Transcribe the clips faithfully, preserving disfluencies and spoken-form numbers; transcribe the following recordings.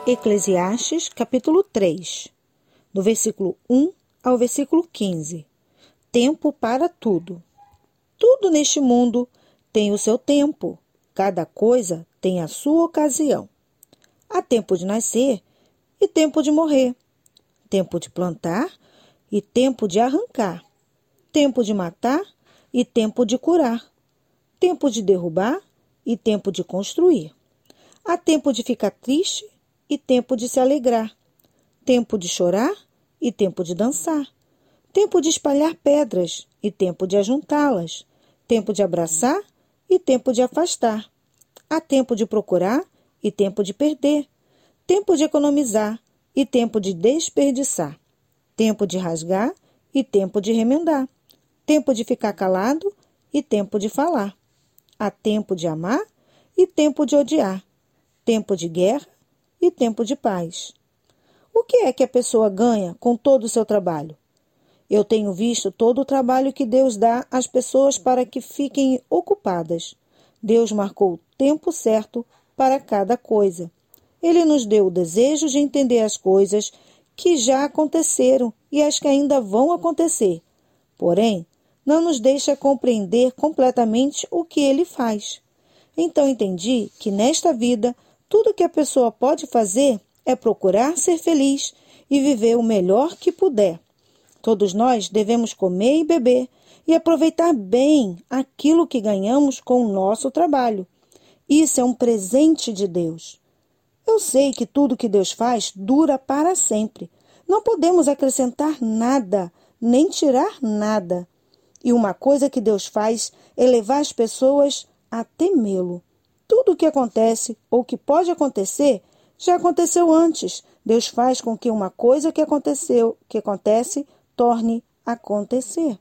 Eclesiastes, capítulo três, do versículo um ao versículo quinze. Tempo para tudo. Tudo neste mundo tem o seu tempo, cada coisa tem a sua ocasião. Há tempo de nascer e tempo de morrer, tempo de plantar e tempo de arrancar, tempo de matar e tempo de curar, tempo de derrubar e tempo de construir. Há tempo de ficar triste e tempo de se alegrar, tempo de chorar e tempo de dançar, tempo de espalhar pedras e tempo de ajuntá-las, tempo de abraçar e tempo de afastar. Há tempo de procurar e tempo de perder, tempo de economizar e tempo de desperdiçar, tempo de rasgar e tempo de remendar, tempo de ficar calado e tempo de falar. Há tempo de amar e tempo de odiar, tempo de guerra e tempo de paz. O que é que a pessoa ganha com todo o seu trabalho? Eu tenho visto todo o trabalho que Deus dá às pessoas para que fiquem ocupadas. Deus marcou o tempo certo para cada coisa. Ele nos deu o desejo de entender as coisas que já aconteceram e as que ainda vão acontecer. Porém, não nos deixa compreender completamente o que Ele faz. Então entendi que nesta vida, tudo que a pessoa pode fazer é procurar ser feliz e viver o melhor que puder. Todos nós devemos comer e beber e aproveitar bem aquilo que ganhamos com o nosso trabalho. Isso é um presente de Deus. Eu sei que tudo que Deus faz dura para sempre. Não podemos acrescentar nada, nem tirar nada. E uma coisa que Deus faz é levar as pessoas a temê-lo. Tudo o que acontece ou que pode acontecer já aconteceu antes. Deus faz com que uma coisa que aconteceu, que acontece, torne a acontecer.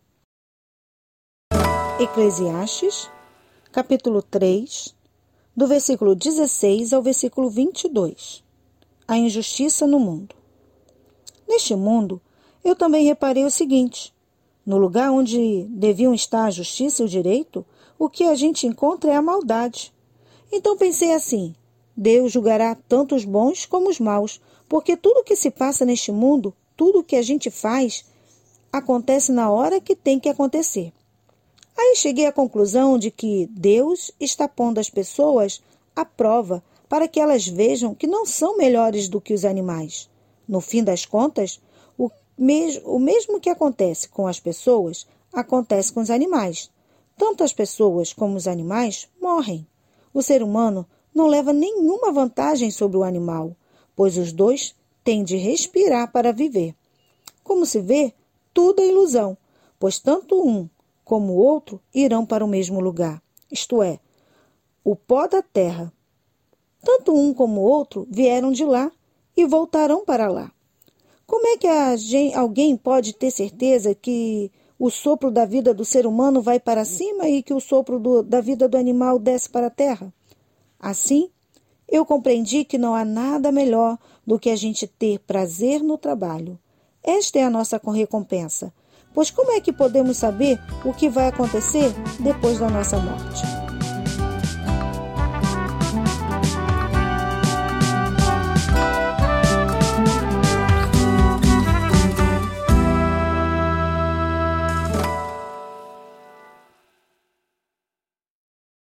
Eclesiastes, capítulo três, do versículo dezesseis ao versículo vinte e dois. A injustiça no mundo. Neste mundo, eu também reparei o seguinte: no lugar onde deviam estar a justiça e o direito, o que a gente encontra é a maldade. Então pensei assim: Deus julgará tanto os bons como os maus, porque tudo o que se passa neste mundo, tudo o que a gente faz, acontece na hora que tem que acontecer. Aí cheguei à conclusão de que Deus está pondo as pessoas à prova para que elas vejam que não são melhores do que os animais. No fim das contas, o, mes- o mesmo que acontece com as pessoas, acontece com os animais. Tanto as pessoas como os animais morrem. O ser humano não leva nenhuma vantagem sobre o animal, pois os dois têm de respirar para viver. Como se vê, tudo é ilusão, pois tanto um como o outro irão para o mesmo lugar, isto é, o pó da terra. Tanto um como o outro vieram de lá e voltarão para lá. Como é que a gente, alguém pode ter certeza que o sopro da vida do ser humano vai para cima e que o sopro do, da vida do animal desce para a terra? Assim, eu compreendi que não há nada melhor do que a gente ter prazer no trabalho. Esta é a nossa recompensa, pois como é que podemos saber o que vai acontecer depois da nossa morte?